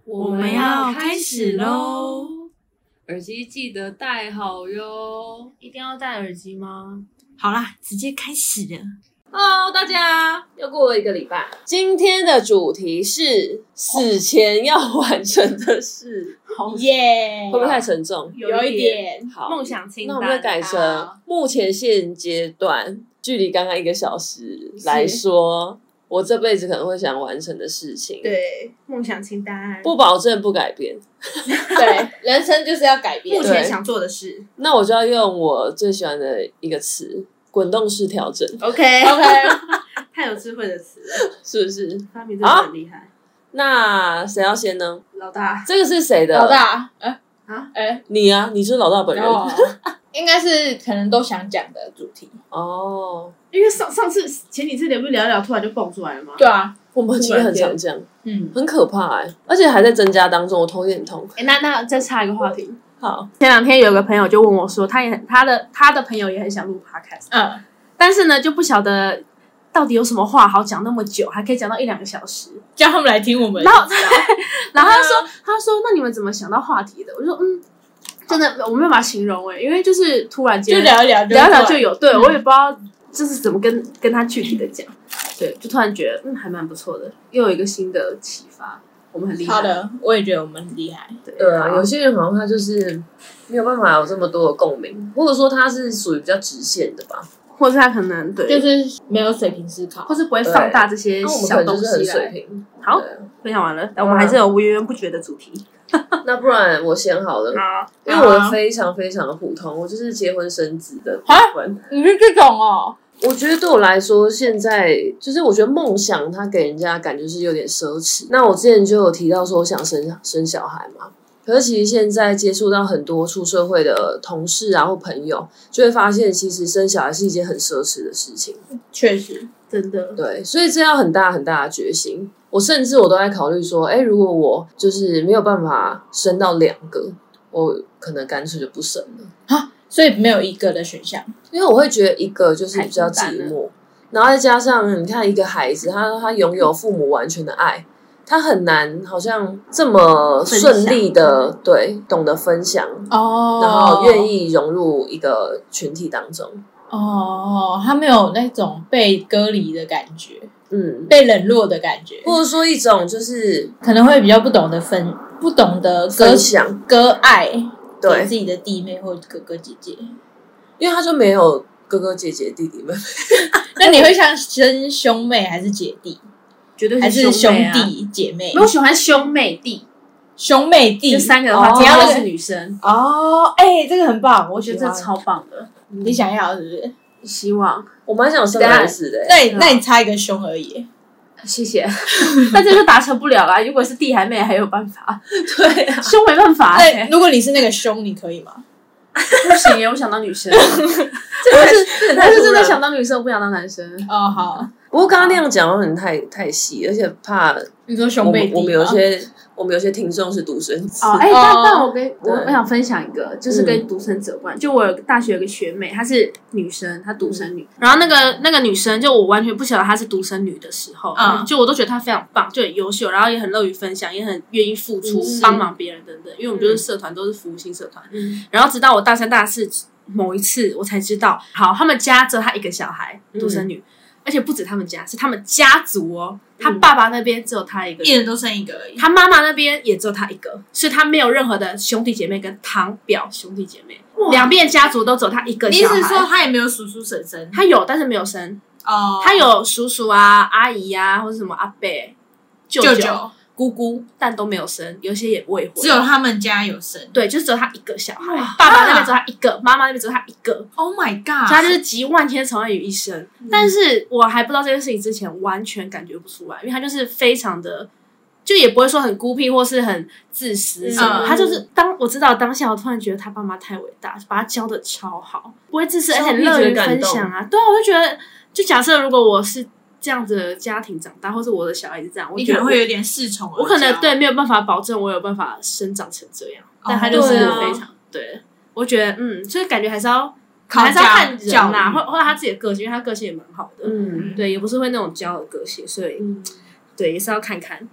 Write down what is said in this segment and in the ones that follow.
我们要开始咯， 耳机记得戴好哟。 一定要戴耳机吗？好啦，直接开始了。 Hello， 大家又过了一个礼拜。今天的主题是死前要完成的事， 耶！ 会不会太沉重？ 有一点。 好， 梦想清单。 那我们就改成目前现阶段，距离刚刚1个小时来说，我这辈子可能会想完成的事情。 对，梦想清单。 不保证不改变。 对，人生就是要改变。 目前想做的事。 那我就要用我最喜欢的一个词。滚动式调整 ，OK， 太有智慧的词了， 是不是？ 发明真的很厉害。 那谁要先呢？ 老大， 这个是谁的？ 老大， 你啊，你是老大本人。 应该是可能都想讲的主题哦。 因为上次前几次聊不聊一聊，突然就蹦出来了嘛。 对啊， 我们其实很常这样，很可怕而且还在增加当中，我头也很痛。 那再插一个话题。 好， 前2天有个朋友就问我说，他的朋友也很想录 podcast，但是呢就不晓得到底有什么话好讲那么久，还可以讲到1-2个小时， 叫他们来听我们。 然后他说那你们怎么想到话题的？我说真的我没有办法形容因为就是突然间就聊一聊就有，对我也不知道就是怎么跟他具体的讲，对，就突然觉得还蛮不错的，又有一个新的启发。我们很厉害。 好的，我也觉得我们很厉害。 对啊，有些人好像他就是没有办法有这么多的共鸣，或者说他是属于比较直线的吧， 或者他可能对就是没有水平思考， 或是不会放大这些小东西来。 很水平。 好，分享完了，但我们还是有源源不绝的主题。 那不然我先好了，因为我的非常非常的普通，我就是结婚生子的部分。 你是这种哦？ 我觉得对我来说，现在就是我觉得梦想它给人家感觉是有点奢侈。那我之前就有提到说我想生小孩嘛，可是其实现在接触到很多出社会的同事啊或朋友，就会发现其实生小孩是一件很奢侈的事情。 确实， 真的。 对，所以这要很大很大的决心。我甚至都在考虑说，如果我就是没有办法生到2个，我可能干脆就不生了。 所以没有1个的选项， 因为我会觉得1个就是比较寂寞，然后再加上你看一个孩子，他拥有父母完全的爱，他很难好像这么顺利的懂得分享然后愿意融入一个群体当中。 他没有那种被隔离的感觉，被冷落的感觉， 或者说一种就是可能会比较不懂得分享割爱。给自己的弟妹或哥哥姐姐， 因为他就没有哥哥姐姐弟弟妹妹。 那你会想生兄妹还是姐弟？ 绝对还是兄弟姐妹？ 我喜欢兄妹弟， 就 3个的话，只要都是女生。 这个很棒， 我觉得这超棒的。 你想要是不是？ 希望我蛮想生儿子的。 那你差1个兄而已。 谢谢，但这就达成不了啦。如果是弟还妹还有办法， 对啊， 兄没办法。 如果你是那个兄，你可以吗？ 不行我想当女生。我是真的想当女生，我不想当男生。 好。 不过刚刚那样讲有点太细，而且怕你说兄妹弟， 我们有些听众是独生子。 但我想分享一个，就是跟独生子有关。就我大学有个学妹，她是女生，她独生女。然后那个女生，就我完全不晓得她是独生女的时候，就我都觉得她非常棒，就很优秀，然后也很乐于分享，也很愿意付出，帮忙别人等等。因为我们就是社团都是服务性社团。然后直到我大3、大4某一次，我才知道，他们家只有她1个小孩，独生女。而且不止他们家，是他们家族他爸爸那边只有他1个， 一人都生1个而已。 他妈妈那边也只有他1个，所以他没有任何的兄弟姐妹跟堂表兄弟姐妹，2边家族都只有他1个小孩。 你是说他也没有叔叔婶婶？ 他有，但是没有生。他有叔叔啊、阿姨啊，或者什么阿伯、舅舅、姑姑，但都没有生，有些也未婚。 只有他们家有生。 对，就是只有他1个小孩。爸爸那边只有他1个，妈妈那边只有他1个。 Oh my god！ 所以他就是集万千宠爱于一身。但是我还不知道这件事情之前，完全感觉不出来，因为他就是非常的，就也不会说很孤僻或是很自私什么。他就是我知道当下，我突然觉得他爸妈太伟大，把他教的超好，不会自私，而且乐于分享啊。对啊，我就觉得，就假设如果我是这样子的家庭长大，或是我的小孩子这样，我觉得你可能会有点恃宠而骄。 我可能没有办法保证我有办法生长成这样，但他就是非常对。我觉得所以感觉还是要看人啦，或者他自己的个性，因为他个性也蛮好的，对，也不是会那种骄傲的个性，所以对也是要看看。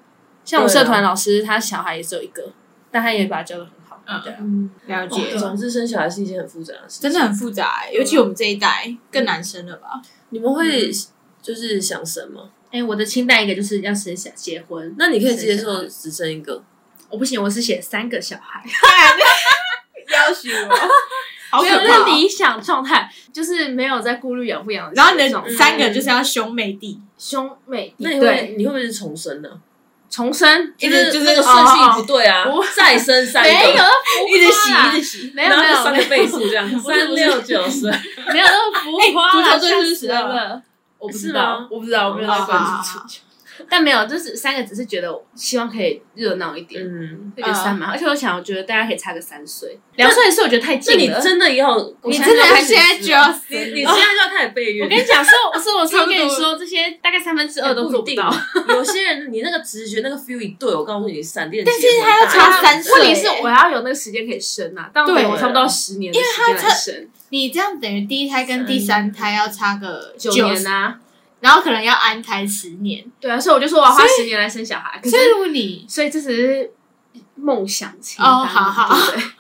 像我社团老师，他小孩也只有一个，但他也把他教得很好。对啊， 了解。 总之生小孩是一件很复杂的事情， 真的很复杂尤其我们这一代更难生了吧？ 你们会就是想生吗？ 我的清单一个就是要结婚， 那你可以接受只生一个？ 我不行，我是写3个小孩， 要求好可没有， 怕那理想状态就是没有在顾虑养不养的。 然后你的3个就是要兄妹弟， 兄妹弟。 那你会不会是重生呢？ 重生就是那个顺序不对啊，再生3个， 没有一直洗， 没有 3个倍数这样，3、6、9、10， 没有那么浮夸啦。 足球队是 12，我不知道，我没有在关注足球。但没有，就是3个只是觉得希望可以热闹一点，就觉得3嘛。而且我觉得大家可以差个3岁，2岁是我觉得太近了。 你真的要， 你真的现在就要， 你现在就要开始备孕。 我跟你讲，我常跟你说，这些大概2/3都做不到。 有些人你那个直觉那个 feel 一对，我告诉你，闪电。 但是他要差3岁， 问题是我要有那个时间可以生啊，但我差不多10年的时间来生。 你这样等于第1胎跟第3胎要差个 9年啊。 然后可能要安胎10年， 对啊，所以我就说我要花10年来生小孩。 所以如果所以这只是梦想清单。 好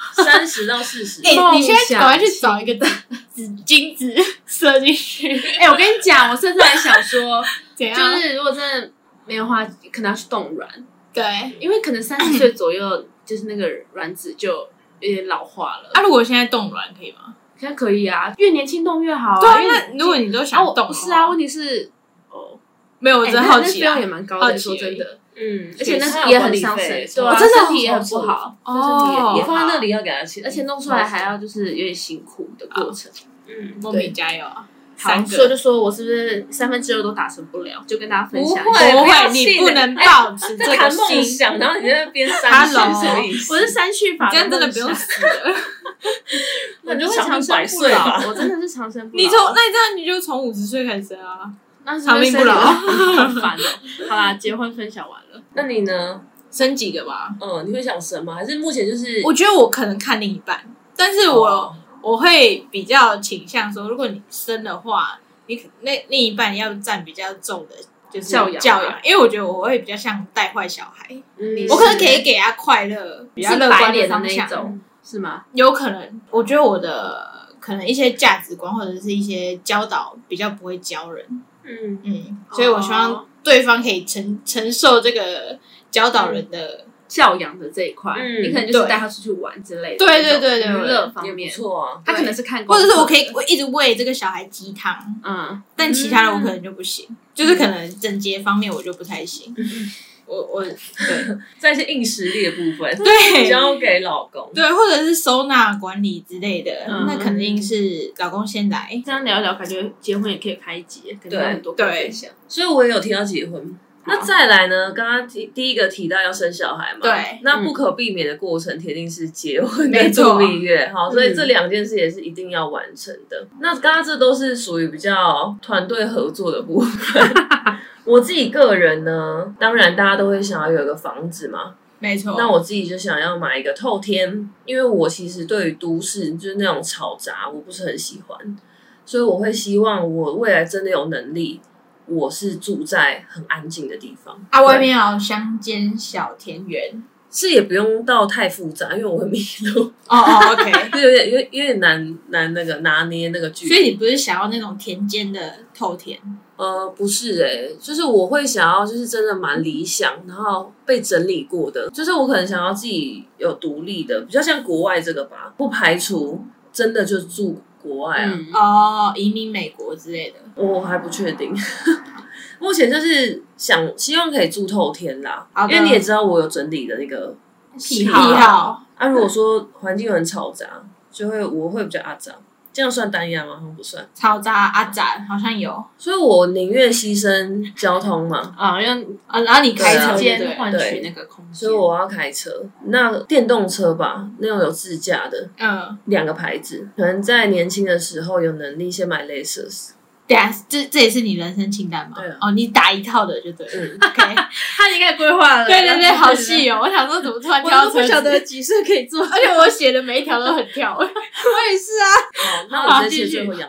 ，30到40。 你现在赶快去找一个精子射进去。 我跟你讲，我甚至还想说， 怎样？ 就是如果真的没有的话，可能要去冻卵。 对， 因为可能30岁左右，就是那个卵子就有点老化了。 如果现在冻卵可以吗？ 现在可以啊，越年轻动越好啊。 对啊，那如果你都想动， 不是啊，问题是没有，我真好奇啊，那费用也蛮高的，说真的， 而且那也很伤身，对啊， 真的身体也很不好， 也放在那里要给他钱， 而且弄出来还要就是有点辛苦的过程。 梦米加油啊！ 好，所以就说我是不是2/3都达成不了，就跟大家分享一下。不会，你不能抱持这个梦想，然后你在那边删去什么意思？ 我是删去法， 这样真的不用死了。 我就会长生不老，我真的是长生不老。 那这样你就从50岁开始生啊， 那是长命不老， 好烦哦。好啦，结婚分享完了， 那你呢？ 生几个吧？ 你会想生吗？还是目前就是？ 我觉得我可能看另一半，但是我会比较倾向说，如果你生的话，你另一半要占比较重的。就是教养，因为我觉得我会比较像带坏小孩，我可能可以给他快乐、比较乐观的方向， 是吗？ 有可能，我觉得我的可能一些价值观或者是一些教导比较不会教人，所以我希望对方可以承受这个教导人的教养的这一块，你可能就是带他出去玩之类的， 对， 娱乐方面不错啊。 他可能是看过， 或者是我一直喂这个小孩鸡汤，但其他的我可能就不行，就是可能整洁方面我就不太行。我对， 在一些硬实力的部分， 对， 交给老公， 对，或者是收纳管理之类的，那肯定是老公先来。 这样聊一聊，感觉结婚也可以开一集，可能有很多可以分享。 所以我也有提到结婚。那再来呢？刚刚第一个提到要生小孩嘛， 对， 那不可避免的过程铁定是结婚跟度蜜月，好，所以这2件事也是一定要完成的。那刚刚这都是属于比较团队合作的部分。我自己个人呢，当然大家都会想要有一个房子嘛， 没错。 那我自己就想要买一个透天，因为我其实对于都市就是那种嘈杂，我不是很喜欢，所以我会希望我未来真的有能力。我是住在很安静的地方外面有乡间小田园， 是也不用到太复杂，因为我会迷路。 OK， 就有点难那个拿捏那个距离。 所以你不是想要那种田间的透田？ 不是就是我会想要，就是真的蛮理想，然后被整理过的，就是我可能想要自己有独立的，比较像国外这个吧，不排除真的就住国外啊， 移民美国之类的， 我还不确定。目前就是希望可以住透天啦，因为你也知道我有整理的那个癖好啊。如果说环境很嘈杂，我会比较阿杂。这样算单压吗？好像不算。 嘈杂阿杂好像有， 所以我宁愿牺牲交通嘛， 然后你开车换取那个空间， 所以我要开车。那电动车吧，那种有自驾的，2个牌子，可能在年轻的时候有能力先买Lexus。 对啊，这也是你人生清单吗？ 对啊。 你打一套的就对了。OK， 他应该规划了。 对，好细哦！我想说怎么突然挑车子， 我都不晓得几岁可以做， 而且我写的每一条都很跳。我也是啊。 那我直接写最后养猫。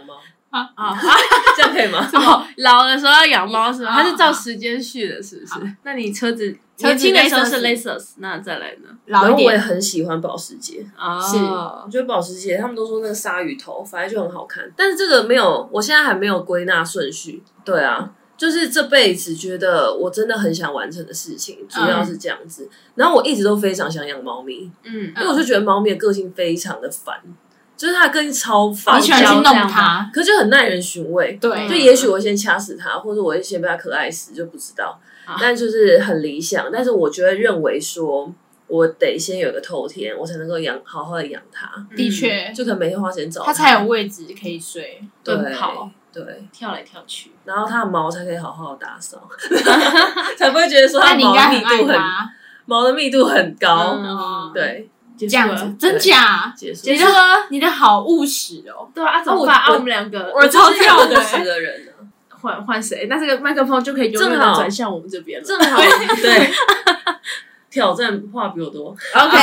这样可以吗？ 老的时候要养猫是吗？它是照时间序的，是不是？那你车子年轻的时候是 Lexus， 那再来呢？ 然后我也很喜欢保时捷是， 我觉得保时捷他们都说那个鲨鱼头反正就很好看，但是这个没有，我现在还没有归纳顺序。对啊，就是这辈子觉得我真的很想完成的事情，主要是这样子。然后我一直都非常想养猫咪，因为我就觉得猫咪的个性非常的烦。就是它的个性超烦， 你喜欢去弄它， 可是就很耐人寻味。 对， 就也许我先掐死它，或者我会先被它可爱死，就不知道。但就是很理想，但是我觉得认为说，我得先有个透天，我才能够好好的养它。 的确， 就可能每天花时间找它才有位置可以睡、 奔跑、 对， 跳来跳去， 然后它的毛才可以好好的打扫，才不会觉得说它毛的密度毛的密度很高。对。 这样子，真假？ 结束你的好务实哦。 对啊，怎么办？我们两个， 我超跳的的人呢。 换谁？那这个麦克风就可以永远的转向我们这边了。 正好对，挑战话比我多。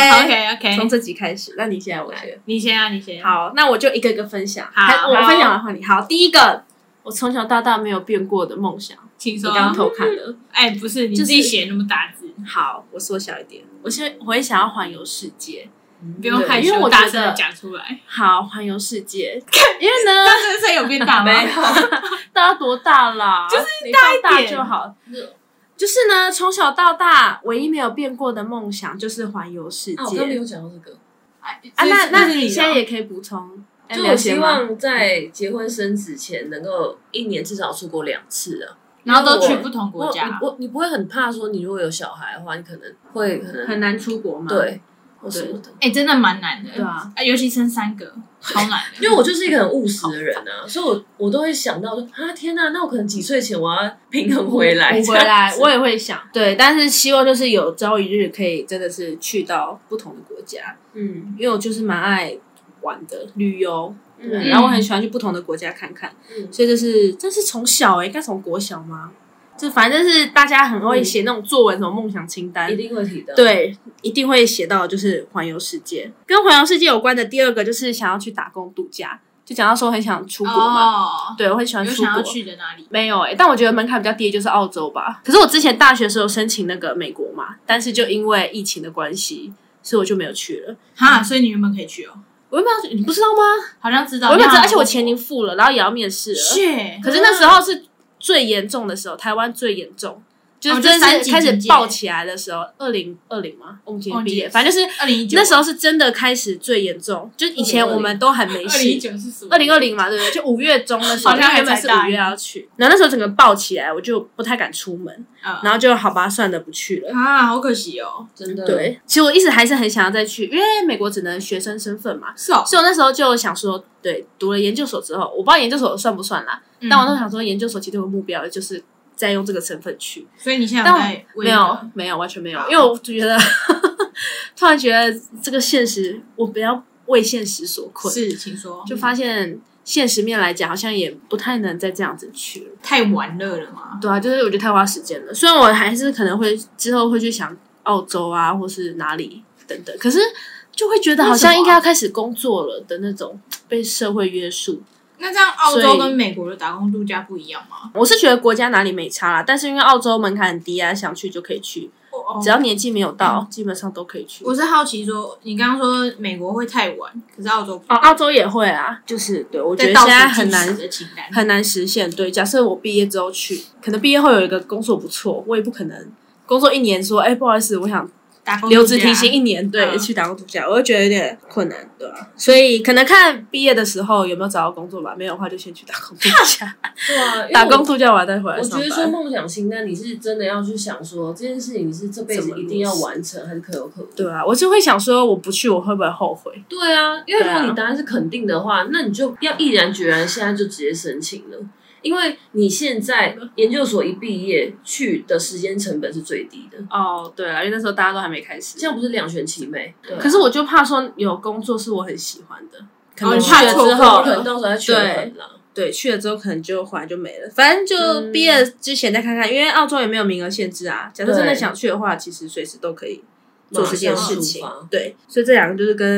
OK， 从这集开始。那你先，我先。 你先啊，你先。 好，那我就一个一个分享。 好， 我分享完换你。好，第一个，我从小到大没有变过的梦想， 请说。 你刚刚偷看了。 不是你自己写那么大字。 好，我缩小一点。我也想要环游世界。 不用害羞，因为我大声讲出来。 好，环游世界。因为呢， 这个声有变大吗？ 没有， 大家多大啦？ 就是大一点就好。就是呢，从小到大唯一没有变过的梦想就是环游世界。 我刚没有讲到这个。 那你现在也可以补充。 就我希望在结婚生子前能够1年至少出国2次啊。 然后都去不同国家。 你不会很怕说，你如果有小孩的话，你可能很难出国吗？ 对。 真的蛮难的， 对啊， 尤其生3个，超难的。 因为我就是一个很务实的人啊，所以我都会想到说天哪，那我可能几岁前我要平衡回来， 我也会想，对，但是希望就是有朝一日可以真的是去到不同的国家，因为我就是蛮爱玩的旅游，然后我很喜欢去不同的国家看看，所以这是从小该从国小吗？就反正是大家很会写那种作文什么梦想清单， 一定会提的。 对，一定会写到就是环游世界。跟环游世界有关的第二个就是想要去打工度假，就讲到说很想出国嘛。对，我很喜欢出国。 有想要去的哪里？ 没有但我觉得门槛比较低的就是澳洲吧。可是我之前大学的时候申请那个美国嘛，但是就因为疫情的关系，所以我就没有去了。 所以你原本可以去哦。 我原本你不知道吗？ 好像知道。 我原本知道，而且我钱已经付了，然后也要面试了。可是那时候是最严重的时候，台湾最严重，就是真的是开始爆起来的时候，2020吗？我们今年毕业，反正就是 2019， 那时候是真的开始最严重。就以前我们都还没戏 ，2019是什么 ？2020嘛，对不对？就5月中的时候， 好像原本是5月要去，然后那时候整个爆起来，我就不太敢出门，然后就好吧，算了，不去了。 好可惜哦， 真的。 对，其实我一直还是很想要再去，因为美国只能学生身份嘛， 是哦， 所以我那时候就想说，对，读了研究所之后，我不知道研究所算不算啦。但我都想说，研究所其实有个目标，就是再用这个身份去。 所以你现在没有，完全没有，因为我觉得突然觉得这个现实，我不要为现实所困。 是，请说。 就发现现实面来讲，好像也不太能再这样子去了。 太玩乐了嘛？ 对啊，就是我觉得太花时间了。虽然我还是可能会之后会去想澳洲啊，或是哪里等等，可是就会觉得好像应该要开始工作了的那种被社会约束。 那这样澳洲跟美国的打工度假不一样吗？ 我是觉得国家哪里没差啦，但是因为澳洲门槛很低啊，想去就可以去，只要年纪没有到，基本上都可以去。 我是好奇说，你刚刚说美国会太晚，可是澳洲澳洲也会啊，就是对我觉得现在很难实现。对，假设我毕业之后去，可能毕业后有一个工作不错，我也不可能工作1年说，不好意思，我想留职停薪1年，对，去打工度假，我会觉得有点困难，对吧？所以可能看毕业的时候有没有找到工作吧，没有的话就先去打工度假。 对啊， 打工度假完再回来上班。 我觉得说梦想清单，你是真的要去想说这件事情，你是这辈子一定要完成，还是可有可无？ 对啊，我就会想说，我不去，我会不会后悔？ 对啊，因为如果你答案是肯定的话，那你就要毅然决然现在就直接申请了。因为你现在研究所一毕业去的时间成本是最低的对啊，因为那时候大家都还没开始， 这样不是2全其美？ 可是我就怕说有工作是我很喜欢的，可能去了之后， 可能到时候再权衡啦。 对，去了之后可能就后来就没了，反正就毕业之前再看看，因为澳洲也没有名额限制啊。假设真的想去的话，其实随时都可以做这件事情。对，所以这2个就是跟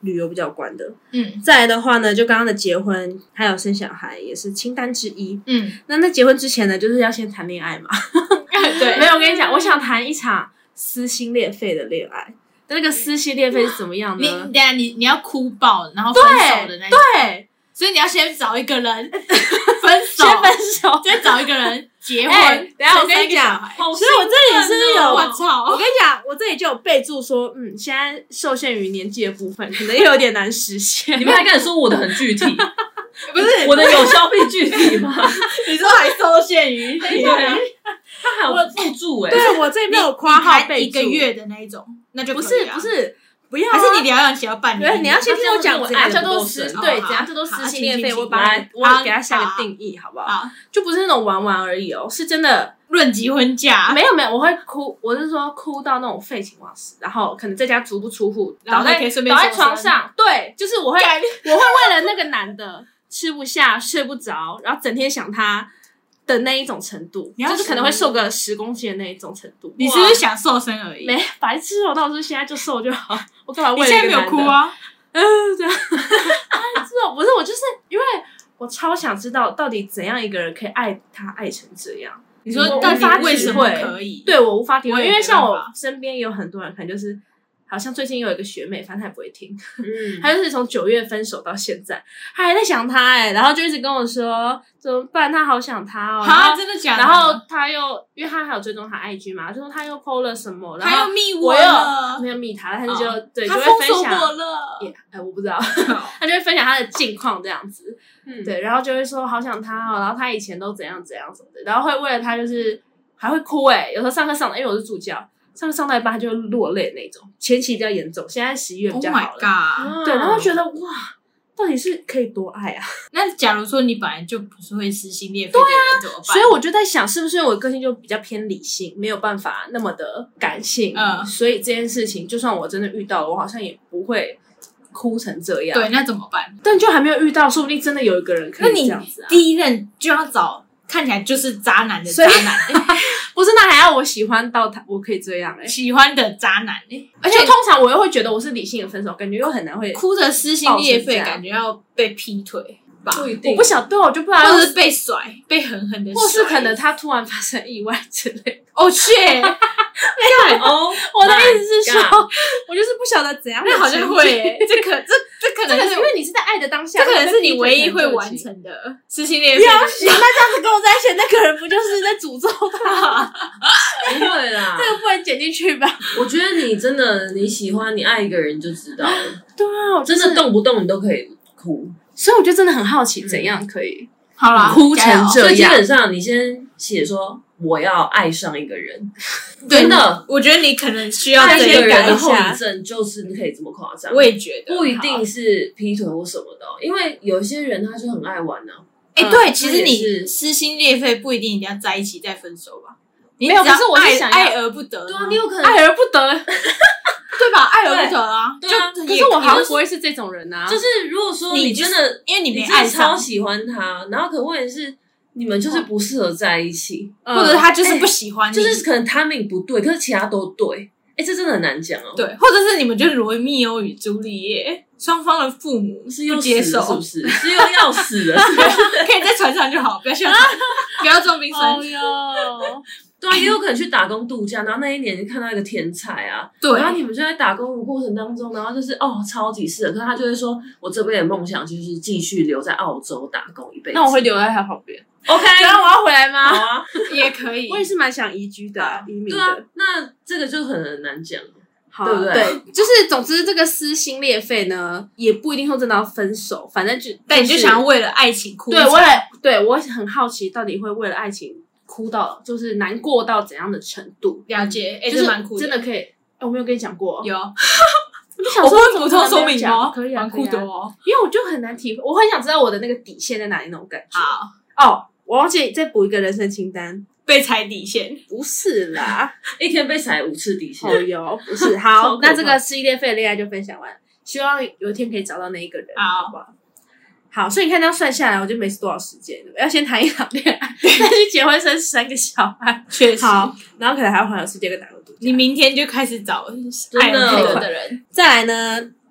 旅游比较有关的。再来的话呢，就刚刚的结婚还有生小孩也是清单之一。那结婚之前呢，就是要先谈恋爱嘛。 对， 没有，我跟你讲，我想谈一场撕心裂肺的恋爱。那个撕心裂肺是怎么样呢？ 等一下你要哭爆，然后分手的那种。 对， 所以你要先找一个人分手， 先分手， 再找一个人结婚。 等一下我跟你讲，所以我这里是有， 我操！ 我跟你讲，我这里就有备注说，现在受限于年纪的部分，可能有点难实现。 你们还敢说我的很具体？ 不是我的有消费具体吗？ 你说还受限于？ 他还有附注对我这边有括号备注 1个月的那一种，那就不是不要， 还是你疗养期要半年？ 对，你要先听我讲怎样叫做撕，对，怎样叫做撕心裂肺。我给他下个定义，好不好？就不是那种玩玩而已哦，是真的论及婚嫁。 没有，我会哭，我是说哭到那种废寝忘食，然后可能在家足不出户，倒在床上，对，就是我会为了那个男的吃不下、睡不着，然后整天想他的那一种程度，就是可能会瘦个10公斤的那一种程度。 你是不是想瘦身而已？ 没白痴哦，那我是现在就瘦就好，我干嘛为了你现在没有哭啊？ 这样不是我就是因为我超想知道到底怎样一个人可以爱他爱成这样。 你说到底为什么可以？ 对，我无法体会，因为像我身边有很多人可能就是好像最近有一个学妹，反正她也不会听，她就是从9月分手到现在，她还在想他然后就一直跟我说怎么办，她好想他哦。 真的假的？ 然后她又因为她还有追踪她 IG 嘛，就说她又 PO 了什么，然后她又密我了， 没有密她，但是就对， 她就会分享我了， 我不知道，她就会分享她的近况这样子，对，然后就会说好想他然后她以前都怎样怎样什么的，然后会为了他就是还会哭有时候上课上的，因为我是助教。上到一半他就会落泪那种，前期比较严重，现在11月比较好了。 Oh my god！ 对，然后觉得哇，到底是可以多爱啊？ 那假如说你本来就不是会撕心裂肺的人，怎么办？ 所以我就在想，是不是我的个性就比较偏理性，没有办法那么的感性？所以这件事情，就算我真的遇到了，我好像也不会哭成这样。 对，那怎么办？ 但就还没有遇到，说不定真的有一个人可以这样子啊。 那你第一任就要找看起来就是渣男的渣男。 不是，那还要我喜欢到他，我可以这样喜欢的渣男而且通常我又会觉得我是理性的分手，感觉又很难会哭着撕心裂肺，感觉要被劈腿吧？ 不一定， 我不晓得，我就不知道， 或者是被甩，被狠狠的甩， 或是可能他突然发生意外之类的。 哦shit！ 我的意思是说，我就是不晓得怎样。 那好像会这可能是因为你是在爱的当下， 这可能是你唯一会完成的撕心裂肺。 不要行，那这样子跟我在一起，那个人不就是在诅咒他？ 不会啦， 这个不能剪进去吧？ 我觉得你真的你喜欢你爱一个人就知道了。 对啊， 真的动不动你都可以哭， 所以我就真的很好奇，怎样可以好啦哭成这样？ 所以基本上你先写说我要爱上一个人， 真的，我觉得你可能需要爱一个人的后遗症就是你可以这么夸张。 我也觉得不一定是劈腿或什么的因为有些人他就很爱玩对，其实你撕心裂肺不一定一定要在一起再分手吧？ 没有，可是我是想爱而不得， 对啊，你有可能爱而不得， 对吧？爱而不得啊， 对啊。 可是我好像不会是这种人啊。 就是如果说你真的， 因为你没爱上， 超喜欢他，然后可问题是你们就是不适合在一起， 或者他就是不喜欢你， 就是可能 timing 不对，可是其他都对。这真的很难讲对，或者是你们就是罗密欧与朱丽叶，双方的父母是又不接受， 是不是？是又要死了，是不是？ 可以在船上就好，不要下船，不要撞冰山。 对啊，也有可能去打工度假，然后那一年就看到一个天才啊， 对， 然后你们就在打工的过程当中，然后就是超级适合，可是他就会说，我这辈子的梦想就是继续留在澳洲打工一辈子。 那我会留在他旁边。 OK， 然后我要回来吗？ 好啊， 也可以。 我也是蛮想移居的，移民的。 对啊，那这个就很难讲， 好对不对？ 对，就是总之这个撕心裂肺呢，也不一定说真的要分手，反正但你就想要为了爱情哭。 对，我很好奇，到底会为了爱情哭到就是难过到怎样的程度？ 了解， 就是蛮酷的， 真的可以。我没有跟你讲过， 有。 我就想说， 我补充说明哦， 可以啊， 蛮酷的哦。 因为我就很难体会，我很想知道我的那个底线在哪里那种感觉。 好， 我忘记再补一个人生清单， 被踩底线。 不是啦， 一天被踩5次底线。 有不是好，那这个撕心裂肺的恋爱就分享完，希望有一天可以找到那一个人，好不好？好，所以你看这样算下来，我就没多少时间了。要先谈一场恋爱，再去结婚生3个小孩， 确实。 好，然后可能还要环游世界跟打工度假。 你明天就开始找爱而不得的人。 再来呢，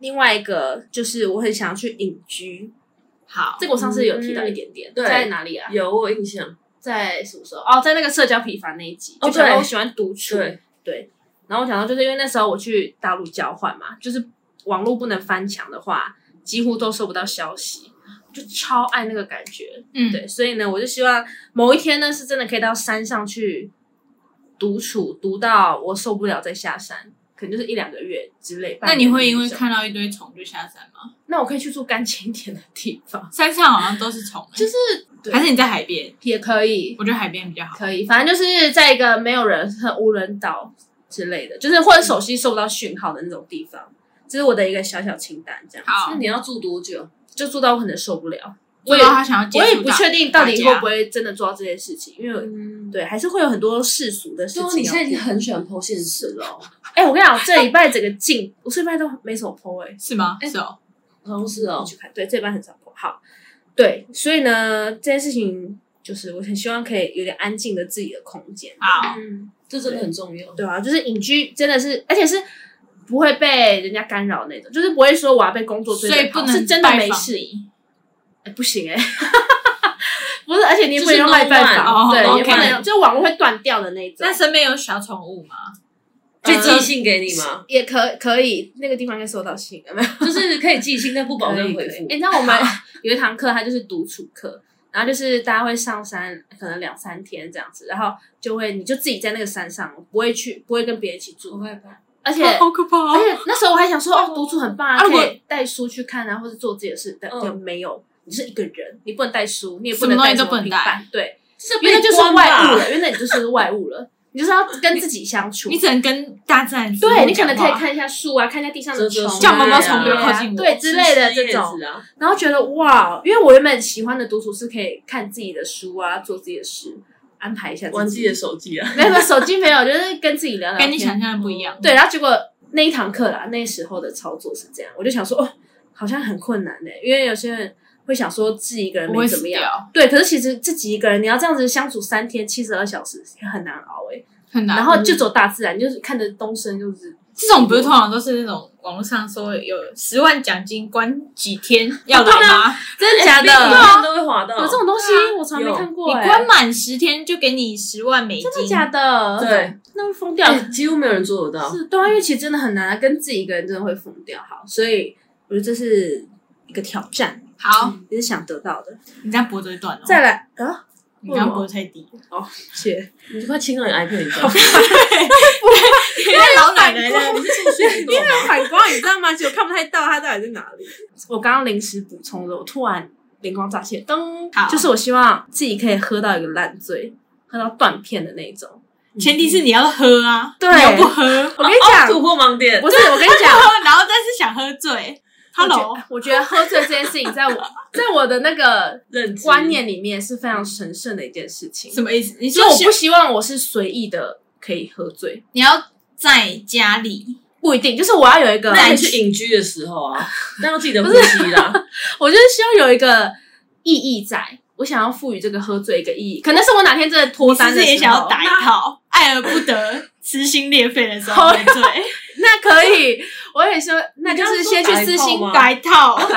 另外一个就是我很想要去隐居。 好， 这个我上次有提到一点点，在哪里啊？ 有我有印象， 在什么时候？哦，在那个社交疲乏那一集，就讲到我喜欢独处。对。然后我讲到，就是因为那时候我去大陆交换嘛，就是网络不能翻墙的话，几乎都收不到消息，就超爱那个感觉。对，所以呢，我就希望某一天呢，是真的可以到山上去独处，读到我受不了再下山，可能就是1-2个月之类。 那你会因为看到一堆虫就下山吗？ 那我可以去住干净一点的地方。 山上好像都是虫， 就是还是你在海边也可以。 我觉得海边比较好。 可以，反正就是在一个没有人、很无人岛之类的，就是或者手机收不到讯号的那种地方，这是我的一个小小清单。这样， 那你要住多久？ 就住到我可能受不了。 我也不确定到底会不会真的做到这件事情，因为对，还是会有很多世俗的事情。 你现在已经很喜欢 po 现实了。 我跟你讲，这礼拜整个我这礼拜都没什么 po 是吗？是哦， 好像是哦。 去看，对，这礼拜很少 po。好，对，所以呢，这件事情就是我很希望可以有点安静的自己的空间。 好， 这真的很重要。 对啊，就是隐居真的是，而且是不会被人家干扰那种，就是不会说我要被工作追着跑，是真的没事。不行不是，而且你也不能用外拜访，对，也不能，就网络会断掉的那种。 那身边有小宠物吗？ 就寄信给你吗？ 也可以，那个地方应该收到信，有没有？ 就是可以寄信，但不保证回复。 你知道我们有一堂课，它就是独处课，然后就是大家会上山，可能2-3天这样子，然后你就自己在那个山上，不会跟别人一起住，而且好可怕。 而且那时候我还想说，独处很棒啊，可以带书去看啊，或者做自己的事，但就没有。你是一个人，你不能带书，你也不能带什么平板，对，因为那就是外物了，因为那你就是外物了，你就是要跟自己相处， 你只能跟大自然。 对，你可能可以看一下树啊，看一下地上的虫， 叫毛毛虫不要靠近我， 对之类的这种。然后觉得哇，因为我原本喜欢的独处是可以看自己的书啊，做自己的事，安排一下玩自己的手机啊， 没有手机没有，就是跟自己聊聊天， 跟你想象的不一样。 对，然后结果那一堂课啦，那时候的操作是这样，我就想说好像很困难因为有些人会想说自己一个人没怎么样，对，可是其实自己一个人你要这样子相处3天72小时很难熬很难。 然后就走大自然，就是看着东升，就是这种不是通常都是那种网络上说有10万奖金关几天要来吗？ 真的假的？ 都会滑到有这种东西，我从来没看过。 你关满10天就给你10万美金， 真的假的？ 对， 那会疯掉。 几乎没有人做得到。 是，对啊，因为其实真的很难，跟自己一个人真的会疯掉。好，所以我觉得这是一个挑战。 好， 也是想得到的。 你这样脖子会断哦。 再来你刚刚脖子太低谢你就快亲到你 iPad 你知道吗？ 因为老奶奶的， 你是数学因为反光，你知道吗？其实我看不太到它到底在哪里。我刚刚临时补充的，我突然灵光乍现，就是我希望自己可以喝到一个烂醉，喝到断片的那种。 前提是你要喝啊， 对， 你又不喝， 我跟你讲， 突破盲点。 不是，我跟你讲， 然后但是想喝醉。Hello， 我觉得喝醉这件事情，在我的那个观念里面是非常神圣的一件事情。 什么意思？你说我不希望我是随意的可以喝醉， 你要在家里， 不一定，就是我要有一个。 那你去隐居的时候啊，但要记得呼吸啦。 我就是希望有一个意义在，我想要赋予这个喝醉一个意义，可能是我哪天真的脱单的时候， 你是也想要打一套，爱而不得，撕心裂肺的时候喝醉。 那可以，我也说，那就是先去私心打一套， 你又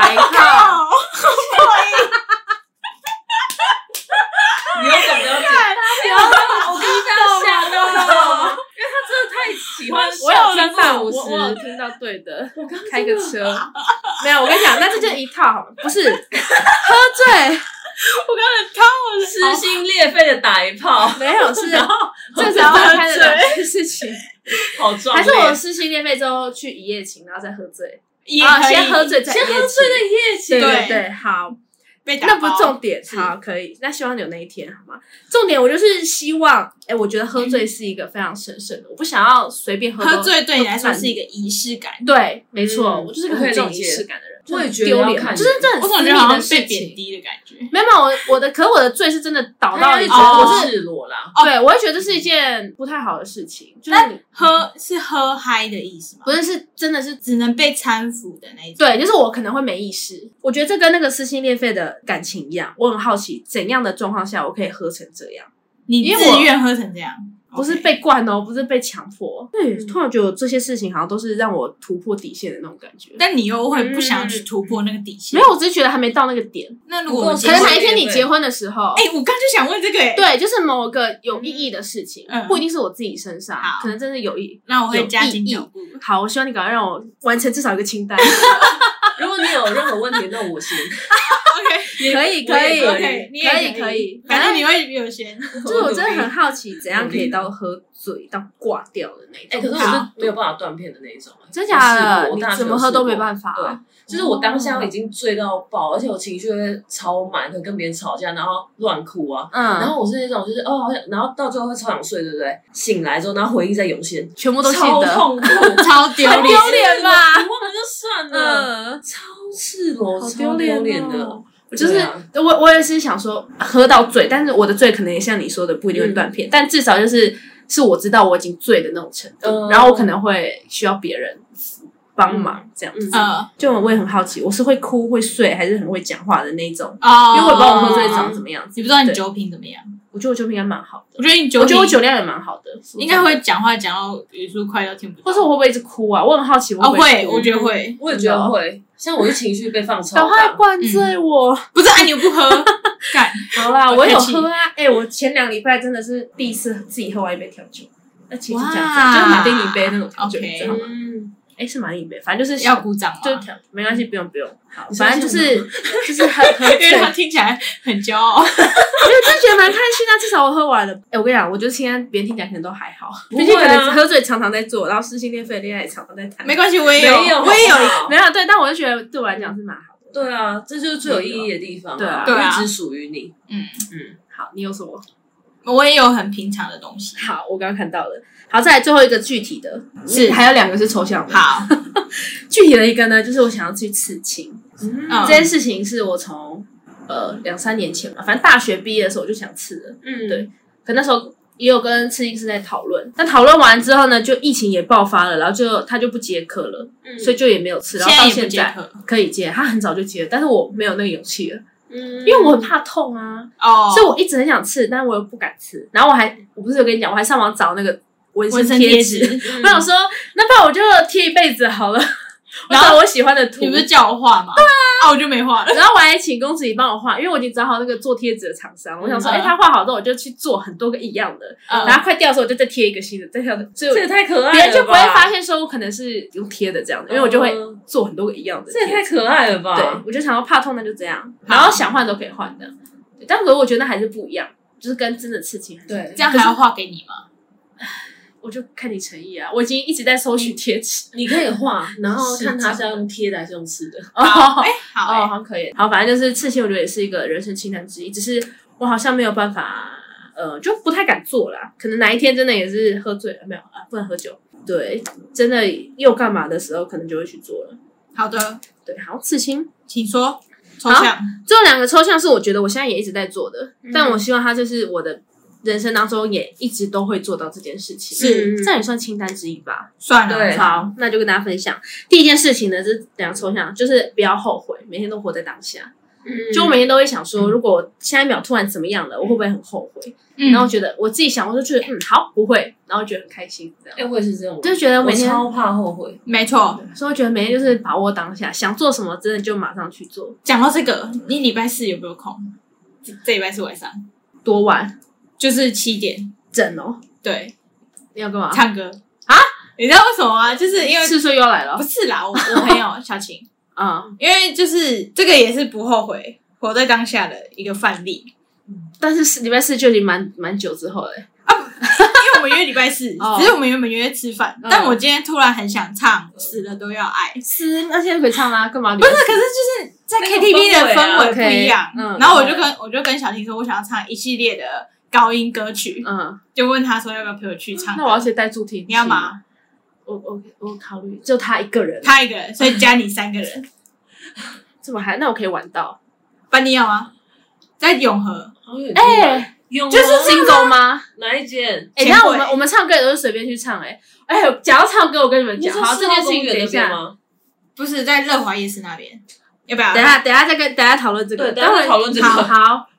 懂不要讲，我跟你讲吓到了，因为他真的太喜欢我有听到对的，开个车，没有，我跟你讲，那这就一套，不是喝醉。 我刚才套了， 撕心裂肺的打一炮， 没有是，这是分开的两件事情， 好壮烈。 还是我撕心裂肺之后去一夜情，然后再喝醉， 先喝醉再先喝醉的一夜情， 对，好，那不是重点，好，可以，那希望有那一天，好吗？重点我就是希望，我觉得喝醉是一个非常神圣的，我不想要随便喝。 喝醉对你来说是一个仪式感， 对，没错，我就是个很重仪式感的人。 我也觉得丢脸，就是这很私密的事情， 被贬低的感觉。 没有，可是我的醉是真的倒到一种我是赤裸啦。 对，我会觉得这是一件不太好的事情。就是你喝嗨的意思吗？ 不是，是真的是只能被搀扶的那一种。 对，就是我可能会没意识。我觉得这跟那个撕心裂肺的感情一样，我很好奇怎样的状况下我可以喝成这样。 你自愿喝成这样？ 不是被灌哦，不是被强迫。对，突然觉得这些事情好像都是让我突破底线的那种感觉。 但你又会不想去突破那个底线？ 没有，我只是觉得还没到那个点。 那如果可能哪一天你结婚的时候， 我刚就想问这个对，就是某个有意义的事情，不一定是我自己身上，可能真的有意。 那我会加紧脚步。 好，我希望你赶快让我完成至少一个清单。 如果你有任何问题，那我先。 OK， 可以，可以， 反正你会有先。 就是我真的很好奇，怎样可以到喝醉到挂掉的那种。 可是我是没有办法断片的那一种。 真假的？你怎么喝都没办法。 对，就是我当下已经醉到爆，而且我情绪会超满，可能跟别人吵架，然后乱哭啊。然后我是那种就是好想，然后到最后会超想睡，对不对？醒来之后，然后回忆再涌现， 全部都记得， 超痛苦， 超丢脸， 丢脸吧？ 你忘了就算了，超赤裸，超丢脸的。 就是我也是想说喝到醉，但是我的醉可能也像你说的不一定会断片，但至少是我知道我已经醉的那种程度，然后我可能会需要别人帮忙这样子。就我也很好奇，我是会哭会睡还是很会讲话的那种，因为我也不知道我喝醉长怎么样子。 你不知道你酒品怎么样？ 我觉得我酒品应该蛮好的。 我觉得我酒量也蛮好的， 应该会讲话讲到语速快到听不到。 或是我会不会一直哭啊？我很好奇我会不会哭。 我觉得会， 我也觉得会。像我是情绪被放超大， 赶快灌醉我！ 不是你不喝，干好啦，我有喝啊。我前2礼拜真的是第一次自己喝完一杯调酒，那其实这样子就是马丁尼杯那种调酒，你知道吗？是马丁尼杯，反正就是要鼓掌， 就是调，没关系，不用。好，反正就是喝， 因为他听起来很骄傲， 我就觉得蛮开心的，至少我喝完了。我跟你讲，我就现在别人听起来可能都还好，毕竟可能喝醉常常在做，然后撕心裂肺的恋爱也常常在谈。 没关系，我也有， 没有对，但我就觉得对我来讲是蛮好的。 对啊，这就是最有意义的地方。 对啊， 一直属于你。 好，你有什么？ 我也有很平常的东西。 好，我刚刚看到了。好，再来最后一个具体的，是还有2个是抽象的。 好， 具体的一个呢，就是我想要去刺青。这件事情是我从2-3年前吧，反正大学毕业的时候我就想刺了。对。可那时候也有跟刺青师在讨论，但讨论完之后呢，就疫情也爆发了，然后他就不接课了，所以就也没有刺。然后到现在可以接，他很早就接了，但是我没有那个勇气了。因为我很怕痛啊，所以我一直很想刺，但我又不敢刺。然后我不是有跟你讲，我还上网找那个纹身贴纸，我想说，那不然我就贴一辈子好了。然后我喜欢的图， 你不是叫我画吗？对啊，我就没画了。 然后我还请公子怡帮我画，因为我已经找好那个做贴纸的厂商。我想说，他画好之后，我就去做很多个一样的。然后快掉的时候，我就再贴一个新的，再跳的。 这也太可爱了吧！ 别人就不会发现说我可能是用贴的这样的，因为我就会做很多个一样的。 这也太可爱了吧！ 对，我就想要怕痛，那就这样。然后想换都可以换的，但可是我觉得那还是不一样，就是跟真的刺青。 对， 这样还要画给你吗？ 我就看你诚意啊！我已经一直在搜寻贴纸， 你可以画，然后看他是要用贴的还是用吃的。 好， 好可以。好，反正就是刺青，我觉得也是一个人生清单之一，只是我好像没有办法，就不太敢做啦。可能哪一天真的也是喝醉了，没有啊，不能喝酒。对，真的又干嘛的时候，可能就会去做了。 好的， 对，好，刺青， 请说。抽象， 最后2个抽象是我觉得我现在也一直在做的，但我希望它就是我的人生当中也一直都会做到这件事情，这也算清单之一吧。 算了， 对，好，那就跟大家分享。第一件事情呢，这2个抽象，就是不要后悔，每天都活在当下。就我每天都会想说，如果我下一秒突然怎么样了，我会不会很后悔？然后觉得我自己想，我就觉得好不会，然后觉得很开心，这样。 我也是这种， 就是觉得每天我超怕后悔。 没错， 所以我觉得每天就是把握当下，想做什么真的就马上去做。 讲到这个，你礼拜4有没有空？这礼拜4晚上多晚？ 就是7点整哦。 对， 你要干嘛？ 唱歌啊？你知道为什么吗？就是因为 4岁又要来了。 不是啦，我朋友小晴因为就是这个也是不后悔，活在当下的一个范例。 但是礼拜4就已经蛮久之后了因为我们约礼拜4，只是我们原本约吃饭，但我今天突然很想唱《死了都要爱》， 那现在可以唱啦，干嘛？ 不是，可是就是在 KTV 的氛围不一样。然后我就跟小婷说，我想要唱一系列的高音歌曲，就问他说要不要陪我去唱。 那我要先带助听器， 你要吗？ 我考虑，就他一个人， 所以加你3个人， 这么嗨？那我可以玩到。 班尼要吗？在永和， 就是single吗？ 哪一间？ 那我们唱歌也都是随便去唱讲到唱歌，我跟你们讲，好，这件事情等一下， 不是在乐华夜市那边，要不要？ 等一下再跟大家讨论这个， 对，等一下讨论这个。 好，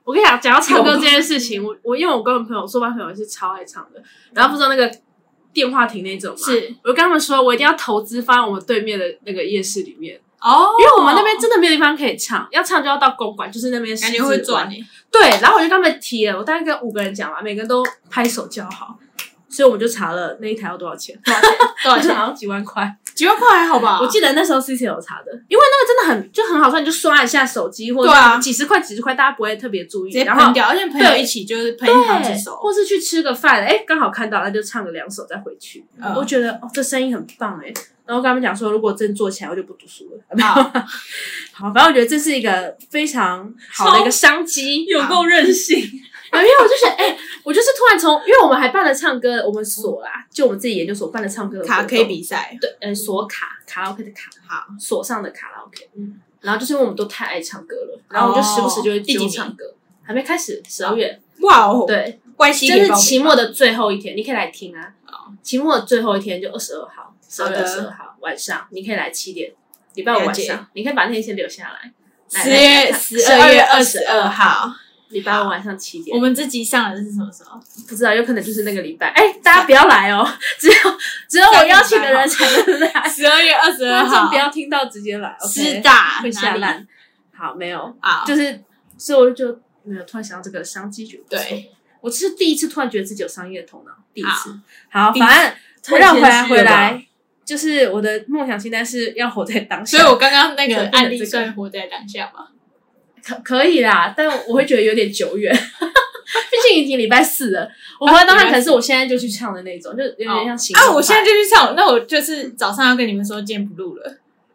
我跟你讲到唱歌这件事情，我因为我跟我朋友说，班朋友是超爱唱的，然后不知道那个电话亭那种嘛， 是我就跟他们说，我一定要投资放在我们对面的那个夜市里面。 哦， 因为我们那边真的没有地方可以唱，要唱就要到公馆，就是那边感觉会转对，然后我就跟他们提了，我大概跟5个人讲嘛，每个人都拍手叫好，所以我们就查了那一台要多少钱， 多少钱？ 好像几万块， 几万块还好吧？ 我记得那时候 CC 有查的，因为那个真的很好算，你就刷一下手机或者几十块，大家不会特别注意， 直接喷掉，而且朋友一起就是喷好几首， 或是去吃个饭，刚好看到，那就唱个2首再回去。我觉得这声音很棒然后跟他们讲说，如果真做起来，我就不读书了。好，反正我觉得这是一个非常好的一个商机， 有够任性。 因为我就觉得，我就是突然因为我们还办了唱歌，我们所啦，就我们自己研究所办了唱歌的卡 K 比赛， 对，所卡拉 OK 的卡，好，所上的卡拉 OK，然后就是因为我们都太爱唱歌了，然后我们就时不时就会揪唱歌，还没开始，12月， 哇哦， 对， 关系这是期末的最后一天，你可以来听啊，期末的最后一天就22号，12月22号晚上，你可以来7点，礼拜5晚上，你可以把那天先留下来 ，12月22号。 礼拜5晚上7点， 我们这集上的是什么时候？ 不知道，有可能就是那个礼拜。大家不要来哦，只有我邀请的人才能来。 12月22号， 不要听到直接来， 师大会下烂。好，没有啊， 就是所以我就没有突然想到这个商机，觉得对， 我是第一次突然觉得自己有商业头脑，第一次。好，反正让回来。就是我的梦想清单是要活在当下， 所以我刚刚那个案例算活在当下吗？ 可以啦，但我会觉得有点久远，毕竟已经礼拜4了。我活在当下可能是我现在就去唱的那种，就有点像行动派。 我现在就去唱，那我就是早上要跟你们说今天不录了。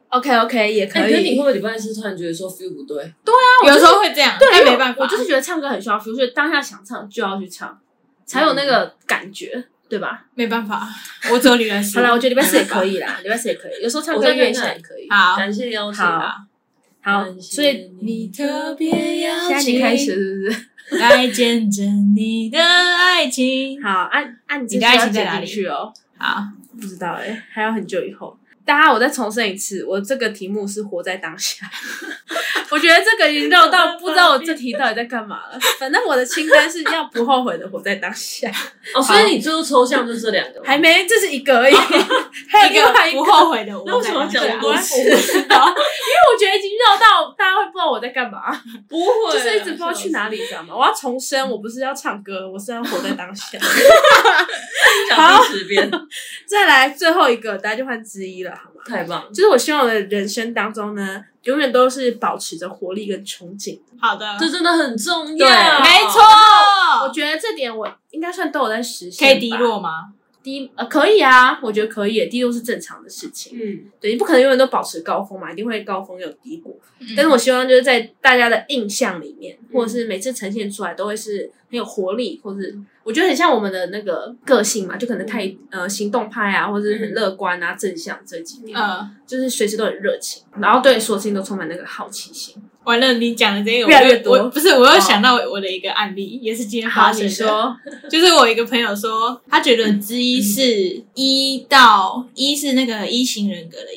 OK 也可以。 可是你会不会礼拜4突然觉得说 feel 不对？ 对啊， 有时候会这样，但没办法， 我就是觉得唱歌很需要 feel，所以当下想唱就要去唱，才有那个感觉。对吧？ 没办法，我只有礼拜4。 好啦，我觉得礼拜4也可以啦，礼拜4也可以。有时候唱歌约一下也可以。 好， 感谢邀请。 好，所以你特别邀请， 现在你开始是不是？ 来见证你的爱情。 好，按你的爱情在哪里去哦？ 好， 不知道还要很久以后。大家，我再重申一次，我这个题目是活在当下。我觉得这个已经绕到不知道我这题到底在干嘛了。反正我的清单是要不后悔的活在当下。 所以你最后抽象就这2个， 还没，这是1个而已。还有另外一个不后悔的。 那为什么要讲故事？ 我不知道，因为我觉得已经绕到大家会不知道我在干嘛。 不会， 就是一直不知道去哪里，知道吗？我要重申，我不是要唱歌，我是要活在当下。 好，第10遍。 再来最后一个，大家就换之一了，好吗？ 太棒了！ 就是我希望我的人生当中呢，永远都是保持着活力跟冲劲。 好的， 这真的很重要。 对， 没错。 我觉得这点我应该算都有在实现。 可以低落吗？ 可以啊，我觉得可以，低落是正常的事情。对，你不可能永远都保持高峰嘛，一定会高峰有低谷。但是我希望就是在大家的印象里面，或者是每次呈现出来都会是很有活力，或是我觉得很像我们的那个个性嘛，就可能太行动派啊，或者是很乐观啊、正向这几点，就是随时都很热情，然后对所有事情都充满那个好奇心。 完了，你讲的这个越来越多， 不是，我又想到我的一个案例，也是今天发生的。 你说， 就是我一个朋友说，他觉得之一是1到1是那个1型人格的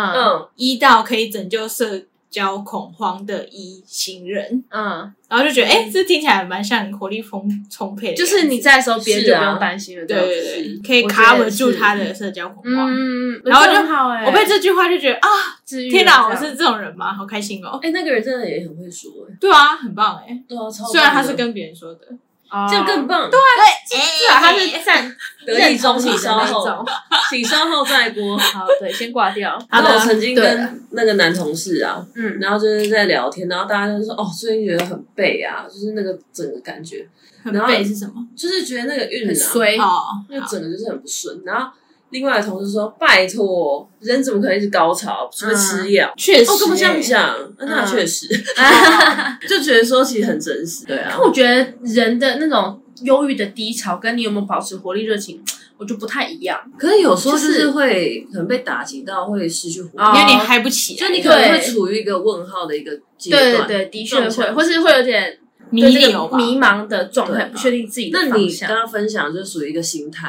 1到可以拯救社交恐慌的1型人，然后就觉得，这听起来蛮像活力充沛的， 就是你在的时候，别人就不用担心了， 对对对，可以 cover 住他的社交恐慌。然后就我被这句话就觉得天哪，我是这种人吗？好开心哦！ 那个人真的也很会说， 对啊，很棒对啊，超棒。 虽然他是跟别人说的。 这样更棒， 对，至少他是得意中，请稍后，请稍后再播。 好，对，先挂掉。 我曾经跟那个男同事啊，然后就是在聊天，然后大家就说最近觉得很背啊，就是那个整个感觉， 很背是什么？ 就是觉得那个运很衰， 那整个就是很不顺，然后。另外的同事说：“拜托，人怎么可能一直高潮？除非吃药。” 确实， 跟我这样讲，那确实，就觉得说其实很真实。对啊， 我觉得人的那种忧郁的低潮，跟你有没有保持活力热情，我觉得不太一样。 可是有时候就是会可能被打击到，会失去活力， 有点嗨不起， 就你可能会处于一个问号的一个阶段。 对，的确会，或是会有点迷茫的状态，不确定自己的方向。 那你刚刚分享就属于一个心态啊。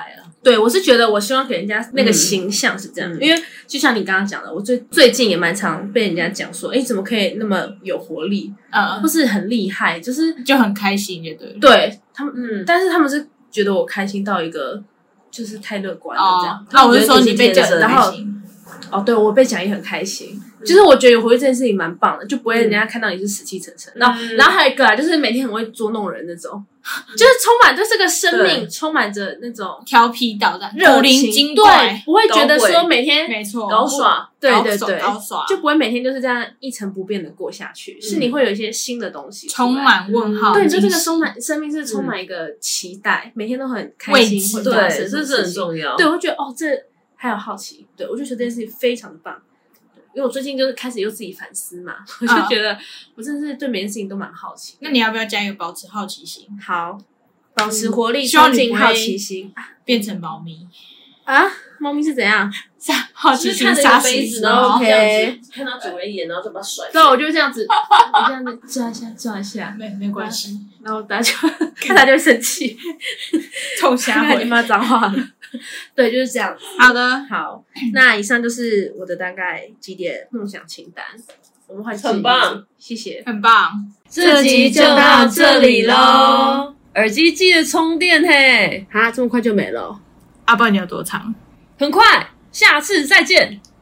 对，我是觉得我希望给人家那个形象是这样，因为就像你刚刚讲的，我最近也蛮常被人家讲说，怎么可以那么有活力，或是很厉害，就很开心，就对。 对他们，但是他们是觉得我开心到一个就是太乐观了这样。 那我是说你被讲然后对我被讲也很开心。就是我觉得有活力这件事情蛮棒的，就不会人家看到你是死气沉沉。然后还有一个啊，就是每天很会捉弄人那种，就是充满对这个生命充满着那种调皮捣蛋、 热情，对，不会觉得说每天没错搞耍，对， 搞耍就不会每天就是这样一成不变的过下去，是你会有一些新的东西， 充满问号。 对，就这个生命是充满一个期待，每天都很开心， 对，这是很重要。 对，我觉得这还有好奇，对我就觉得这件事情非常的棒。因为我最近就是开始又自己反思嘛，我就觉得我真的是对每件事情都蛮好奇。 那你要不要加一个保持好奇心？ 好，保持活力，充进好奇心， 变成猫咪啊？猫咪是怎样？ 好奇心杀死杯子，然后OK，看到主人一眼，然后就把它甩。 对，我就这样子，我这样子抓一下， 没关系。 然后大家就看他就会生气， 臭瞎回， 你骂脏话了。对，就是这样。 好的， 好，那以上就是我的大概几点梦想清单。我们很棒， 谢谢， 很棒。 这集就到这里咯。耳机记得充电嘿。 这么快就没了？ 不然你有多长？ 很快，下次再见。